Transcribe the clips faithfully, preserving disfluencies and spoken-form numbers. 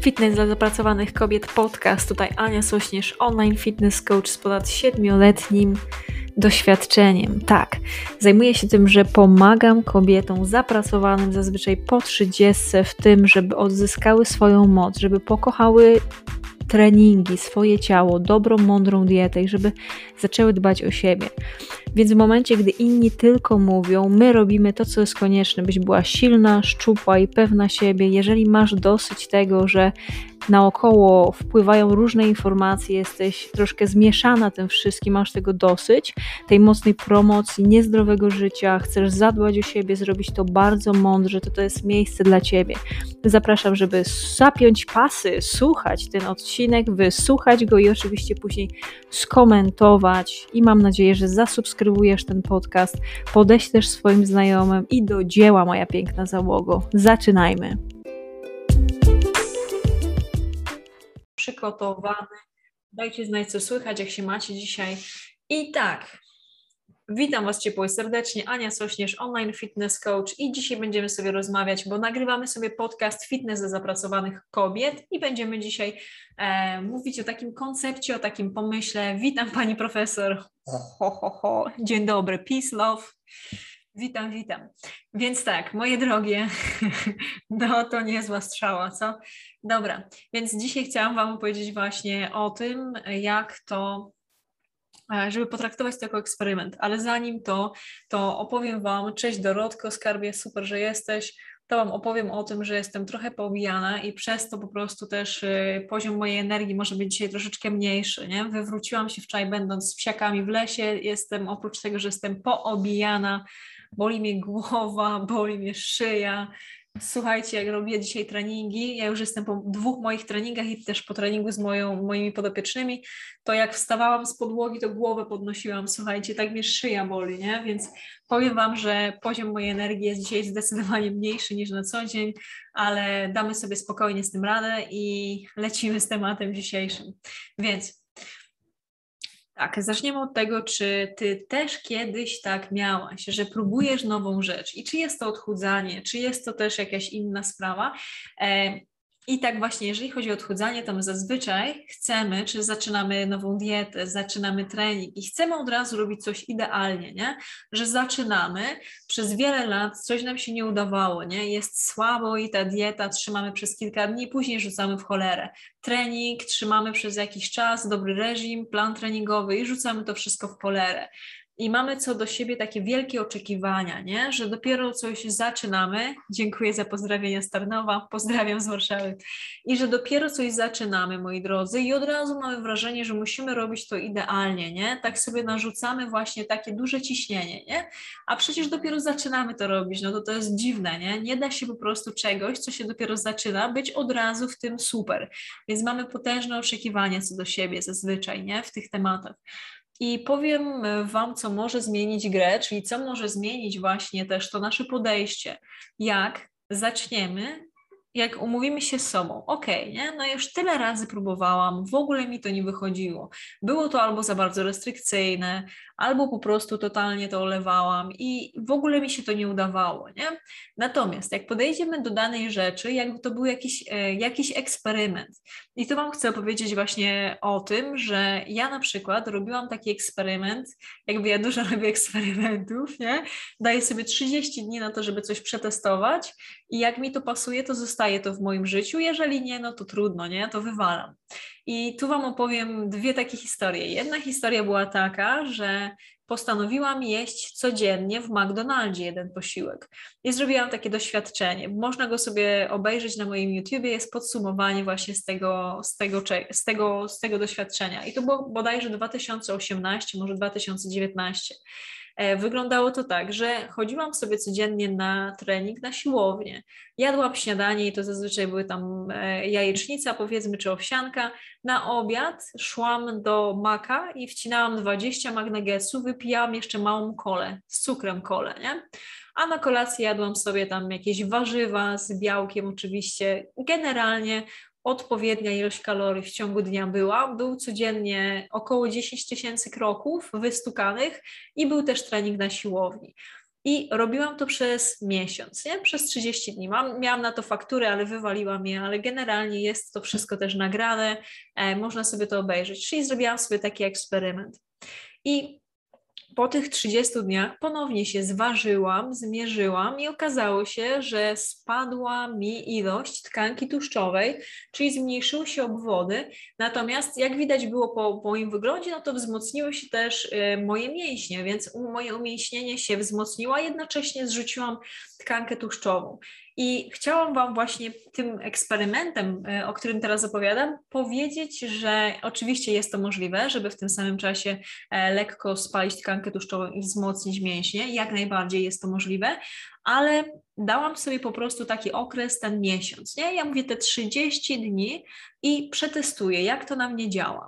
Fitness dla zapracowanych kobiet podcast. Tutaj Ania Sośnierz, online fitness coach z ponad siedmioletnim doświadczeniem. Tak, zajmuję się tym, że pomagam kobietom zapracowanym zazwyczaj po trzydziestce w tym, żeby odzyskały swoją moc, żeby pokochały treningi, swoje ciało, dobrą, mądrą dietę i żeby zaczęły dbać o siebie. Więc w momencie, gdy inni tylko mówią, my robimy to, co jest konieczne, byś była silna, szczupła i pewna siebie. Jeżeli masz dosyć tego, że naokoło wpływają różne informacje, jesteś troszkę zmieszana tym wszystkim, masz tego dosyć, tej mocnej promocji, niezdrowego życia, chcesz zadbać o siebie, zrobić to bardzo mądrze, to to jest miejsce dla Ciebie. Zapraszam, żeby zapiąć pasy, słuchać ten odcinek, wysłuchać go i oczywiście później skomentować i mam nadzieję, że zasubskrybujesz ten podcast, podeślesz swoim znajomym i do dzieła, moja piękna załogo. Zaczynajmy. Przygotowany. Dajcie znać, co słychać, jak się macie dzisiaj. I tak, witam Was ciepło i serdecznie, Ania Sośnierz, online fitness coach i dzisiaj będziemy sobie rozmawiać, bo nagrywamy sobie podcast Fitness dla zapracowanych kobiet i będziemy dzisiaj e, mówić o takim koncepcie, o takim pomyśle. Witam Pani Profesor. Ho, ho, ho. Dzień dobry, peace, love. Witam, witam. Więc tak, moje drogie, no to niezła strzała, co? Dobra, więc dzisiaj chciałam Wam opowiedzieć właśnie o tym, jak to, żeby potraktować to jako eksperyment, ale zanim to, to opowiem Wam, cześć Dorotko, skarbie, super, że jesteś, to Wam opowiem o tym, że jestem trochę poobijana i przez to po prostu też y, poziom mojej energii może być dzisiaj troszeczkę mniejszy, nie? Wywróciłam się wczoraj będąc z psiakami w lesie, jestem oprócz tego, że jestem poobijana, boli mnie głowa, boli mnie szyja. Słuchajcie, jak robię dzisiaj treningi, ja już jestem po dwóch moich treningach i też po treningu z moją, moimi podopiecznymi, to jak wstawałam z podłogi, to głowę podnosiłam, słuchajcie, tak mnie szyja boli, nie? Więc powiem Wam, że poziom mojej energii jest dzisiaj zdecydowanie mniejszy niż na co dzień, ale damy sobie spokojnie z tym radę i lecimy z tematem dzisiejszym. Więc tak, zaczniemy od tego, czy Ty też kiedyś tak miałaś, że próbujesz nową rzecz i czy jest to odchudzanie, czy jest to też jakaś inna sprawa. E, I tak właśnie, jeżeli chodzi o odchudzanie, to my zazwyczaj chcemy, czy zaczynamy nową dietę, zaczynamy trening i chcemy od razu robić coś idealnie, nie? Że zaczynamy, przez wiele lat coś nam się nie udawało, nie? Jest słabo i ta dieta trzymamy przez kilka dni, później rzucamy w cholerę. Trening trzymamy przez jakiś czas, dobry reżim, plan treningowy i rzucamy to wszystko w cholerę. I mamy co do siebie takie wielkie oczekiwania, nie? Że dopiero coś zaczynamy, dziękuję za pozdrowienia z Tarnowa, pozdrawiam z Warszawy, i że dopiero coś zaczynamy, moi drodzy, i od razu mamy wrażenie, że musimy robić to idealnie, nie? Tak sobie narzucamy właśnie takie duże ciśnienie, nie? A przecież dopiero zaczynamy to robić, no to to jest dziwne, nie? Nie da się po prostu czegoś, co się dopiero zaczyna, być od razu w tym super. Więc mamy potężne oczekiwania co do siebie zazwyczaj, nie? W tych tematach. I powiem Wam, co może zmienić grę, czyli co może zmienić właśnie też to nasze podejście, jak zaczniemy, jak umówimy się z sobą, okej, okay, nie, no już tyle razy próbowałam, w ogóle mi to nie wychodziło, było to albo za bardzo restrykcyjne, albo po prostu totalnie to olewałam i w ogóle mi się to nie udawało, nie? Natomiast jak podejdziemy do danej rzeczy, jakby to był jakiś, e, jakiś eksperyment i tu Wam chcę opowiedzieć właśnie o tym, że ja na przykład robiłam taki eksperyment, jakby ja dużo robię eksperymentów, nie? Daję sobie trzydzieści dni na to, żeby coś przetestować i jak mi to pasuje, to zostaje to w moim życiu, jeżeli nie, no to trudno, nie? To wywalam. I tu Wam opowiem dwie takie historie. Jedna historia była taka, że postanowiłam jeść codziennie w McDonaldzie jeden posiłek. I zrobiłam takie doświadczenie. Można go sobie obejrzeć na moim YouTubie, jest podsumowanie właśnie z tego, z tego, z tego, z tego doświadczenia. I to było bodajże dwa tysiące osiemnasty, może dwa tysiące dziewiętnasty. Wyglądało to tak, że chodziłam sobie codziennie na trening, na siłownię. Jadłam śniadanie i to zazwyczaj były tam jajecznica, powiedzmy, czy owsianka. Na obiad szłam do Maka i wcinałam dwadzieścia McNuggetsów, wypijałam jeszcze małą kolę, z cukrem kolę, nie? A na kolację jadłam sobie tam jakieś warzywa z białkiem oczywiście. Generalnie odpowiednia ilość kalorii w ciągu dnia była. Był codziennie około dziesięć tysięcy kroków wystukanych i był też trening na siłowni. I robiłam to przez miesiąc, nie? Przez trzydzieści dni. Mam, miałam na to faktury, ale wywaliłam je, ale generalnie jest to wszystko też nagrane, e, można sobie to obejrzeć. Czyli zrobiłam sobie taki eksperyment. I po tych trzydziestu dniach ponownie się zważyłam, zmierzyłam i okazało się, że spadła mi ilość tkanki tłuszczowej, czyli zmniejszyły się obwody, natomiast jak widać było po, po moim wyglądzie, no to wzmocniły się też y, moje mięśnie, więc moje umięśnienie się wzmocniło, a jednocześnie zrzuciłam tkankę tłuszczową. I chciałam Wam właśnie tym eksperymentem, o którym teraz opowiadam, powiedzieć, że oczywiście jest to możliwe, żeby w tym samym czasie lekko spalić tkankę tłuszczową i wzmocnić mięśnie. Jak najbardziej jest to możliwe, ale dałam sobie po prostu taki okres, ten miesiąc, nie? Ja mówię te trzydzieści dni i przetestuję, jak to na mnie działa.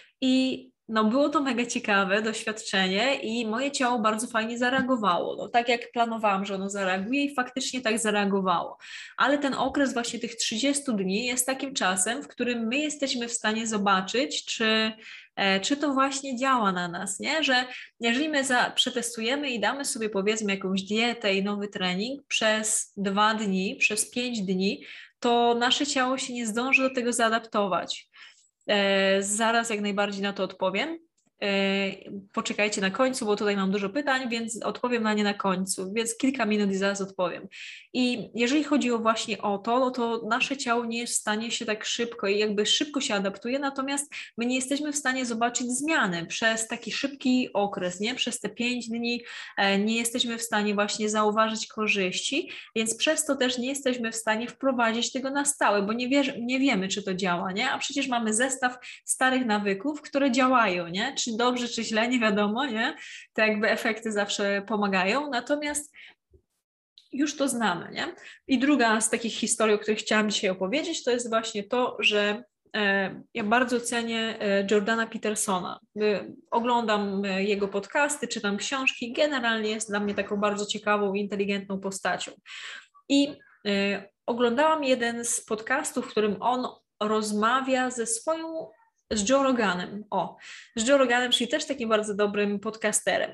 I no było to mega ciekawe doświadczenie i moje ciało bardzo fajnie zareagowało. No, tak jak planowałam, że ono zareaguje i faktycznie tak zareagowało. Ale ten okres właśnie tych trzydziestu dni jest takim czasem, w którym my jesteśmy w stanie zobaczyć, czy, e, czy to właśnie działa na nas, nie? Że jeżeli my za, przetestujemy i damy sobie powiedzmy jakąś dietę i nowy trening przez dwa dni, przez pięć dni, to nasze ciało się nie zdąży do tego zaadaptować. E, zaraz jak najbardziej na to odpowiem. E, poczekajcie na końcu, bo tutaj mam dużo pytań, więc odpowiem na nie na końcu, więc kilka minut i zaraz odpowiem. I jeżeli chodzi o właśnie o to, no to nasze ciało nie jest w stanie się tak szybko i jakby szybko się adaptuje, natomiast my nie jesteśmy w stanie zobaczyć zmiany przez taki szybki okres, nie? Przez te pięć dni e, nie jesteśmy w stanie właśnie zauważyć korzyści, więc przez to też nie jesteśmy w stanie wprowadzić tego na stałe, bo nie, wiesz, nie wiemy, czy to działa, nie? A przecież mamy zestaw starych nawyków, które działają, nie? Czy dobrze, czy źle, nie wiadomo, nie? To jakby efekty zawsze pomagają, natomiast już to znamy, nie? I druga z takich historii, o których chciałam dzisiaj opowiedzieć, to jest właśnie to, że e, ja bardzo cenię e, Jordana Petersona. E, oglądam e, jego podcasty, czytam książki, generalnie jest dla mnie taką bardzo ciekawą i inteligentną postacią. I e, oglądałam jeden z podcastów, w którym on rozmawia ze swoją z Joe Roganem, o, z Joe Roganem, czyli też takim bardzo dobrym podcasterem.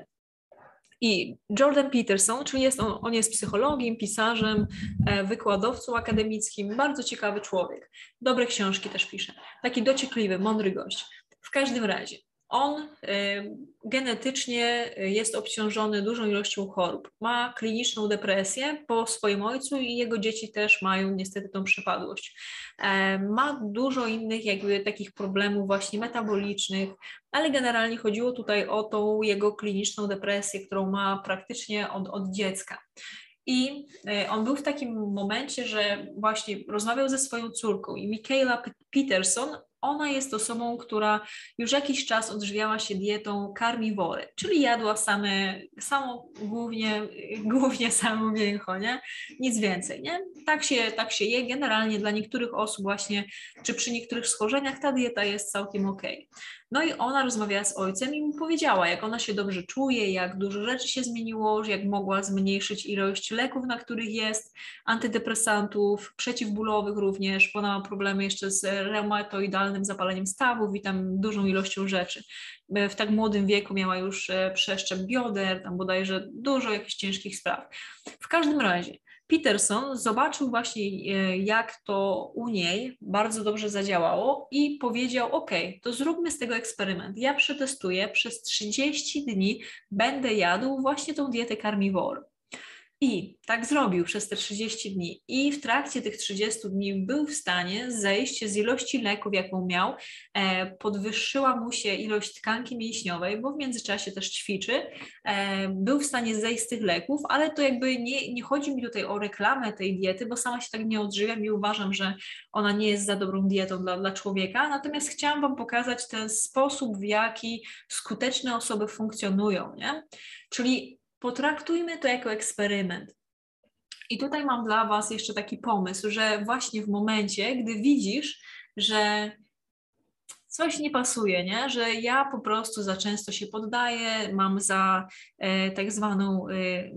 I Jordan Peterson, czyli jest on, on jest psychologiem, pisarzem, wykładowcą akademickim, bardzo ciekawy człowiek. Dobre książki też pisze. Taki dociekliwy, mądry gość. W każdym razie, on y, genetycznie jest obciążony dużą ilością chorób. Ma kliniczną depresję po swoim ojcu i jego dzieci też mają niestety tą przypadłość. E, ma dużo innych jakby takich problemów właśnie metabolicznych, ale generalnie chodziło tutaj o tą jego kliniczną depresję, którą ma praktycznie od, od dziecka. I on był w takim momencie, że właśnie rozmawiał ze swoją córką i Michaela Peterson, ona jest osobą, która już jakiś czas odżywiała się dietą karniwory, czyli jadła same, samo głównie, głównie samo mięcho, nie? Nic więcej, nie? Tak się, tak się je. Generalnie dla niektórych osób właśnie, czy przy niektórych schorzeniach ta dieta jest całkiem okej. No i ona rozmawiała z ojcem i mu powiedziała, jak ona się dobrze czuje, jak dużo rzeczy się zmieniło, jak mogła zmniejszyć ilość leków, na których jest, antydepresantów, przeciwbólowych również, bo ona ma problemy jeszcze z reumatoidalnym zapaleniem stawów i tam dużą ilością rzeczy. W tak młodym wieku miała już przeszczep bioder, tam bodajże dużo jakichś ciężkich spraw. W każdym razie Peterson zobaczył właśnie, jak to u niej bardzo dobrze zadziałało i powiedział, ok, to zróbmy z tego eksperyment. Ja przetestuję, przez trzydzieści dni będę jadł właśnie tą dietę carnivore. I tak zrobił przez te trzydzieści dni i w trakcie tych trzydziestu dni był w stanie zejść z ilości leków, jaką miał, e, podwyższyła mu się ilość tkanki mięśniowej, bo w międzyczasie też ćwiczy, e, był w stanie zejść z tych leków, ale to jakby nie, nie chodzi mi tutaj o reklamę tej diety, bo sama się tak nie odżywiam i uważam, że ona nie jest za dobrą dietą dla, dla człowieka, natomiast chciałam Wam pokazać ten sposób, w jaki skuteczne osoby funkcjonują, nie? Czyli potraktujmy to jako eksperyment. I tutaj mam dla Was jeszcze taki pomysł, że właśnie w momencie, gdy widzisz, że coś nie pasuje, nie? Że ja po prostu za często się poddaję, mam za e, tak zwaną e,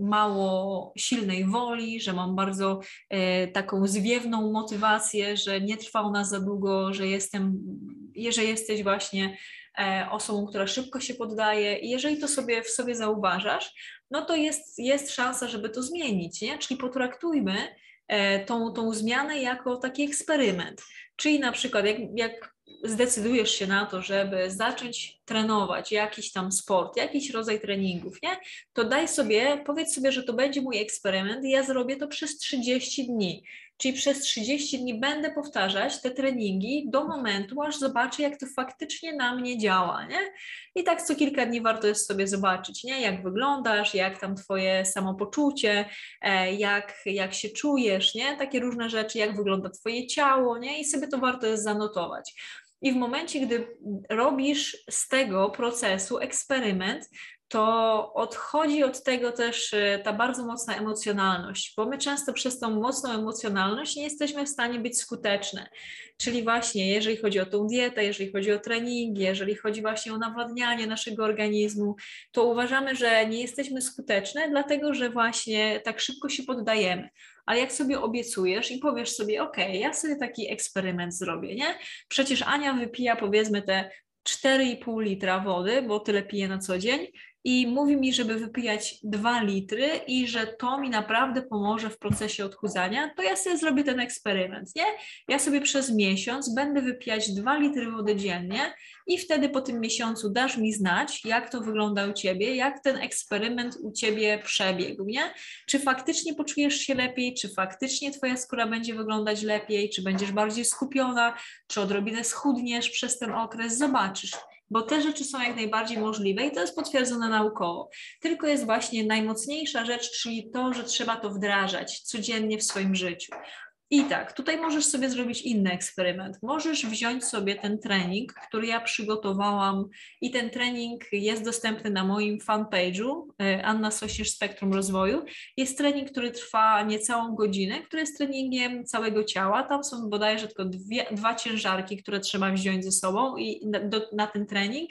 mało silnej woli, że mam bardzo e, taką zwiewną motywację, że nie trwa ona za długo, że jestem, że jesteś właśnie e, osobą, która szybko się poddaje i jeżeli to sobie w sobie zauważasz, no to jest, jest szansa, żeby to zmienić, nie? Czyli potraktujmy e, tą, tą zmianę jako taki eksperyment. Czyli na przykład jak, jak zdecydujesz się na to, żeby zacząć trenować jakiś tam sport, jakiś rodzaj treningów, nie? To daj sobie, powiedz sobie, że to będzie mój eksperyment i ja zrobię to przez trzydzieści dni. Czyli przez trzydzieści dni będę powtarzać te treningi do momentu, aż zobaczę, jak to faktycznie na mnie działa, nie? I tak co kilka dni warto jest sobie zobaczyć, nie? Jak wyglądasz, jak tam twoje samopoczucie, jak, jak się czujesz, nie? Takie różne rzeczy, jak wygląda twoje ciało, nie? I sobie to warto jest zanotować. I w momencie, gdy robisz z tego procesu eksperyment, to odchodzi od tego też ta bardzo mocna emocjonalność, bo my często przez tą mocną emocjonalność nie jesteśmy w stanie być skuteczne. Czyli właśnie jeżeli chodzi o tą dietę, jeżeli chodzi o treningi, jeżeli chodzi właśnie o nawadnianie naszego organizmu, to uważamy, że nie jesteśmy skuteczne, dlatego że właśnie tak szybko się poddajemy. Ale jak sobie obiecujesz i powiesz sobie, ok, ja sobie taki eksperyment zrobię, nie? Przecież Ania wypija powiedzmy te cztery i pół litra wody, bo tyle pije na co dzień, i mówi mi, żeby wypijać dwa litry i że to mi naprawdę pomoże w procesie odchudzania, to ja sobie zrobię ten eksperyment, nie? Ja sobie przez miesiąc będę wypijać dwa litry wody dziennie i wtedy po tym miesiącu dasz mi znać, jak to wygląda u ciebie, jak ten eksperyment u ciebie przebiegł, nie? Czy faktycznie poczujesz się lepiej, czy faktycznie twoja skóra będzie wyglądać lepiej, czy będziesz bardziej skupiona, czy odrobinę schudniesz przez ten okres, zobaczysz. Bo te rzeczy są jak najbardziej możliwe i to jest potwierdzone naukowo. Tylko jest właśnie najmocniejsza rzecz, czyli to, że trzeba to wdrażać codziennie w swoim życiu. I tak, tutaj możesz sobie zrobić inny eksperyment. Możesz wziąć sobie ten trening, który ja przygotowałam i ten trening jest dostępny na moim fanpage'u Anna Sośnierz Spektrum Rozwoju. Jest trening, który trwa niecałą godzinę, który jest treningiem całego ciała. Tam są bodajże tylko dwie, dwa ciężarki, które trzeba wziąć ze sobą i na, do, na ten trening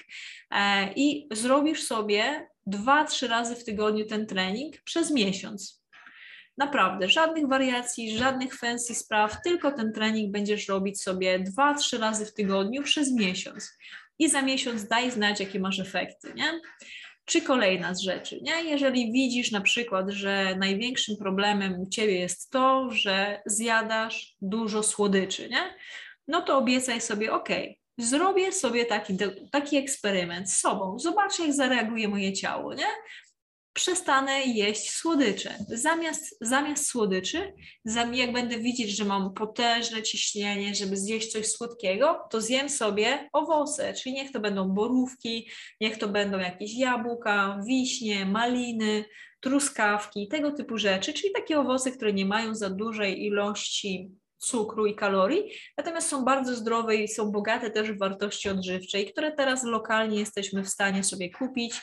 e, i zrobisz sobie dwa, trzy razy w tygodniu ten trening przez miesiąc. Naprawdę, żadnych wariacji, żadnych fancy spraw, tylko ten trening będziesz robić sobie dwa, trzy razy w tygodniu przez miesiąc. I za miesiąc daj znać, jakie masz efekty, nie? Czy kolejna z rzeczy, nie? Jeżeli widzisz na przykład, że największym problemem u ciebie jest to, że zjadasz dużo słodyczy, nie? No to obiecaj sobie, ok, zrobię sobie taki, taki eksperyment z sobą, zobaczę, jak zareaguje moje ciało, nie? Przestanę jeść słodycze. Zamiast, zamiast słodyczy, jak będę widzieć, że mam potężne ciśnienie, żeby zjeść coś słodkiego, to zjem sobie owoce, czyli niech to będą borówki, niech to będą jakieś jabłka, wiśnie, maliny, truskawki, tego typu rzeczy, czyli takie owoce, które nie mają za dużej ilości cukru i kalorii, natomiast są bardzo zdrowe i są bogate też w wartości odżywczej, które teraz lokalnie jesteśmy w stanie sobie kupić.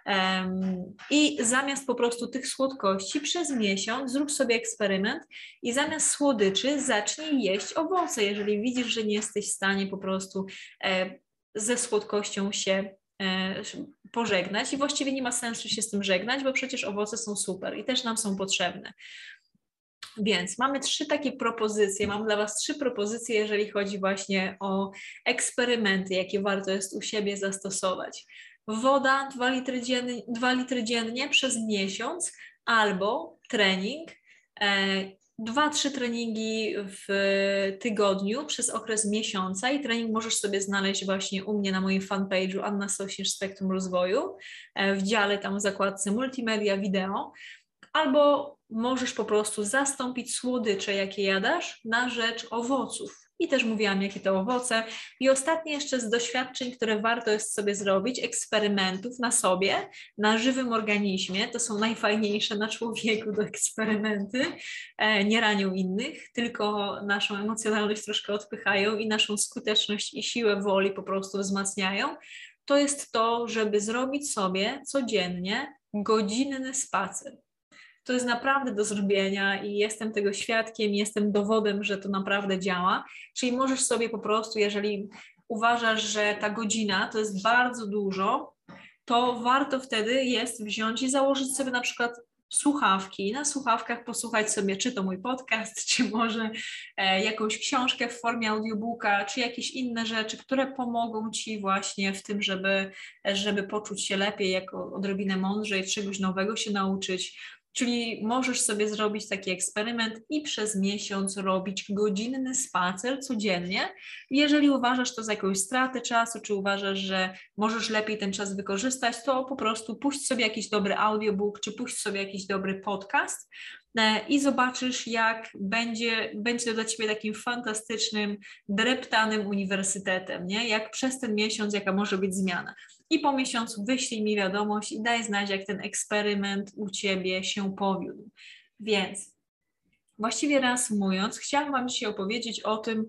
Um, I zamiast po prostu tych słodkości przez miesiąc zrób sobie eksperyment i zamiast słodyczy zacznij jeść owoce, jeżeli widzisz, że nie jesteś w stanie po prostu e, ze słodkością się e, pożegnać i właściwie nie ma sensu się z tym żegnać, bo przecież owoce są super i też nam są potrzebne. Więc mamy trzy takie propozycje, mam dla Was trzy propozycje, jeżeli chodzi właśnie o eksperymenty, jakie warto jest u siebie zastosować. Woda dwa litry dziennie, dwa litry dziennie przez miesiąc albo trening, dwa, trzy treningi w tygodniu przez okres miesiąca i trening możesz sobie znaleźć właśnie u mnie na moim fanpage'u Anna Sośnierz Spektrum Rozwoju w dziale tam w zakładce Multimedia Wideo. Albo możesz po prostu zastąpić słodycze, jakie jadasz, na rzecz owoców. I też mówiłam, jakie to owoce. I ostatnie jeszcze z doświadczeń, które warto jest sobie zrobić, eksperymentów na sobie, na żywym organizmie. To są najfajniejsze na człowieku do eksperymenty. E, nie ranią innych, tylko naszą emocjonalność troszkę odpychają i naszą skuteczność i siłę woli po prostu wzmacniają. To jest to, żeby zrobić sobie codziennie godzinny spacer. To jest naprawdę do zrobienia i jestem tego świadkiem, jestem dowodem, że to naprawdę działa. Czyli możesz sobie po prostu, jeżeli uważasz, że ta godzina to jest bardzo dużo, to warto wtedy jest wziąć i założyć sobie na przykład słuchawki, na słuchawkach posłuchać sobie czy to mój podcast, czy może e, jakąś książkę w formie audiobooka, czy jakieś inne rzeczy, które pomogą Ci właśnie w tym, żeby, żeby poczuć się lepiej, jako odrobinę mądrzej, czegoś nowego się nauczyć. Czyli możesz sobie zrobić taki eksperyment i przez miesiąc robić godzinny spacer codziennie. Jeżeli uważasz to za jakąś stratę czasu, czy uważasz, że możesz lepiej ten czas wykorzystać, to po prostu puść sobie jakiś dobry audiobook, czy puść sobie jakiś dobry podcast i zobaczysz, jak będzie, będzie to dla Ciebie takim fantastycznym, dreptanym uniwersytetem, nie? Jak przez ten miesiąc, jaka może być zmiana. I po miesiącu wyślij mi wiadomość i daj znać, jak ten eksperyment u Ciebie się powiódł. Więc właściwie reasumując, chciałam Wam dzisiaj opowiedzieć o tym,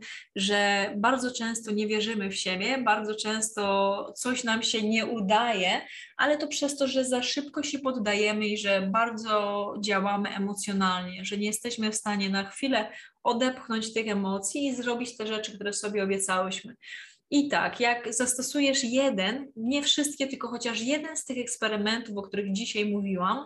że bardzo często nie wierzymy w siebie, bardzo często coś nam się nie udaje, ale to przez to, że za szybko się poddajemy i że bardzo działamy emocjonalnie, że nie jesteśmy w stanie na chwilę odepchnąć tych emocji i zrobić te rzeczy, które sobie obiecałyśmy. I tak, jak zastosujesz jeden, nie wszystkie, tylko chociaż jeden z tych eksperymentów, o których dzisiaj mówiłam,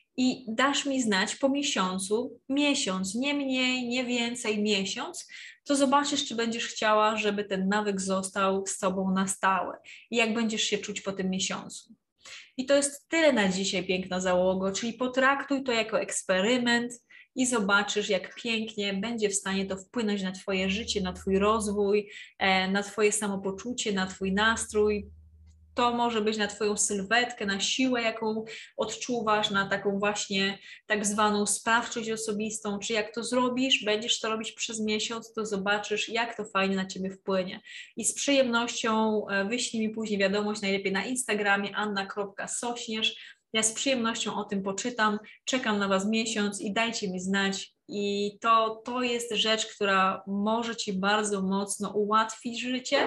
i dasz mi znać po miesiącu, miesiąc, nie mniej, nie więcej, miesiąc, to zobaczysz, czy będziesz chciała, żeby ten nawyk został z Tobą na stałe i jak będziesz się czuć po tym miesiącu. I to jest tyle na dzisiaj, piękna załogo, czyli potraktuj to jako eksperyment i zobaczysz, jak pięknie będzie w stanie to wpłynąć na Twoje życie, na Twój rozwój, na Twoje samopoczucie, na Twój nastrój. To może być na Twoją sylwetkę, na siłę, jaką odczuwasz, na taką właśnie tak zwaną sprawczość osobistą, czy jak to zrobisz, będziesz to robić przez miesiąc, to zobaczysz, jak to fajnie na Ciebie wpłynie. I z przyjemnością wyślij mi później wiadomość, najlepiej na Instagramie anna kropka sośnierz. Ja z przyjemnością o tym poczytam, czekam na Was miesiąc i dajcie mi znać. I to, to jest rzecz, która może Ci bardzo mocno ułatwić życie,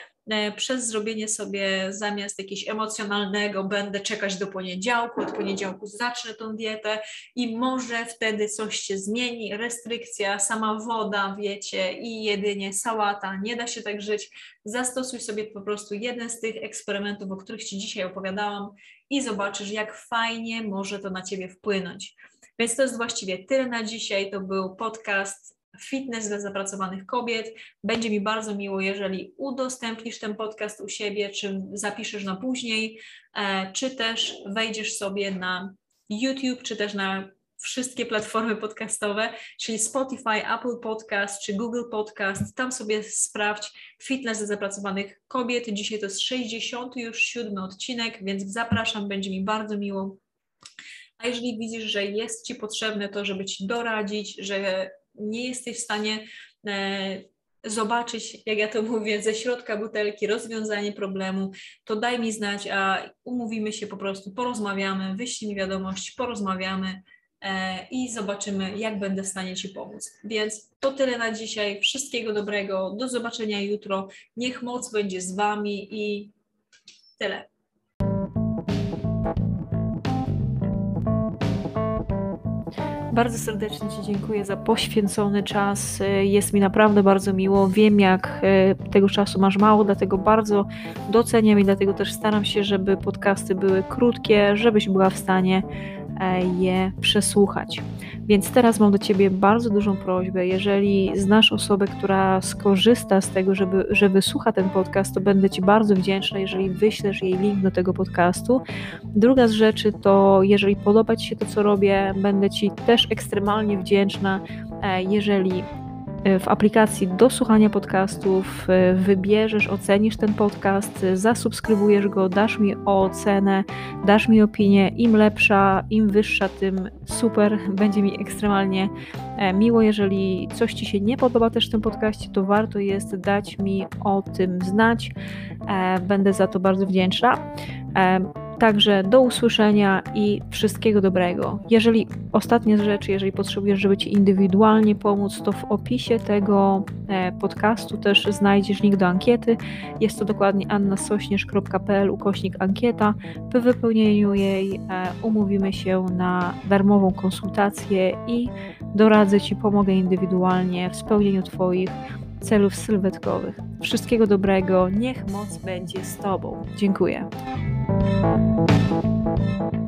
przez zrobienie sobie zamiast jakiegoś emocjonalnego będę czekać do poniedziałku, od poniedziałku zacznę tą dietę i może wtedy coś się zmieni, restrykcja, sama woda, wiecie, i jedynie sałata, nie da się tak żyć. Zastosuj sobie po prostu jeden z tych eksperymentów, o których Ci dzisiaj opowiadałam i zobaczysz, jak fajnie może to na Ciebie wpłynąć. Więc to jest właściwie tyle na dzisiaj, to był podcast Fitness dla zapracowanych kobiet. Będzie mi bardzo miło, jeżeli udostępnisz ten podcast u siebie, czy zapiszesz na później, czy też wejdziesz sobie na YouTube, czy też na wszystkie platformy podcastowe, czyli Spotify, Apple Podcast, czy Google Podcast. Tam sobie sprawdź Fitness dla zapracowanych kobiet. Dzisiaj to jest sześćdziesiąty już siódmy odcinek, więc zapraszam, będzie mi bardzo miło. A jeżeli widzisz, że jest Ci potrzebne to, żeby Ci doradzić, że nie jesteś w stanie e, zobaczyć, jak ja to mówię, ze środka butelki rozwiązanie problemu, to daj mi znać, a umówimy się po prostu, porozmawiamy, wyślij mi wiadomość, porozmawiamy e, i zobaczymy, jak będę w stanie Ci pomóc. Więc to tyle na dzisiaj. Wszystkiego dobrego. Do zobaczenia jutro. Niech moc będzie z Wami i tyle. Bardzo serdecznie Ci dziękuję za poświęcony czas. Jest mi naprawdę bardzo miło. Wiem, jak tego czasu masz mało, dlatego bardzo doceniam i dlatego też staram się, żeby podcasty były krótkie, żebyś była w stanie je przesłuchać. Więc teraz mam do Ciebie bardzo dużą prośbę. Jeżeli znasz osobę, która skorzysta z tego, żeby, że wysłucha ten podcast, to będę Ci bardzo wdzięczna, jeżeli wyślesz jej link do tego podcastu. Druga z rzeczy to, jeżeli podoba Ci się to, co robię, będę Ci też ekstremalnie wdzięczna, jeżeli w aplikacji do słuchania podcastów wybierzesz, ocenisz ten podcast, zasubskrybujesz go, dasz mi ocenę, dasz mi opinię. Im lepsza, im wyższa, tym super. Będzie mi ekstremalnie miło. Jeżeli coś Ci się nie podoba też w tym podcaście, to warto jest dać mi o tym znać. Będę za to bardzo wdzięczna. Także do usłyszenia i wszystkiego dobrego. Jeżeli, ostatnia rzecz, jeżeli potrzebujesz, żeby Ci indywidualnie pomóc, to w opisie tego podcastu też znajdziesz link do ankiety. Jest to dokładnie annasośnierz kropka p l ukośnik ankieta. Po wypełnieniu jej umówimy się na darmową konsultację i doradzę Ci, pomogę indywidualnie w spełnieniu Twoich celów sylwetkowych. Wszystkiego dobrego, niech moc będzie z Tobą. Dziękuję. Thank you.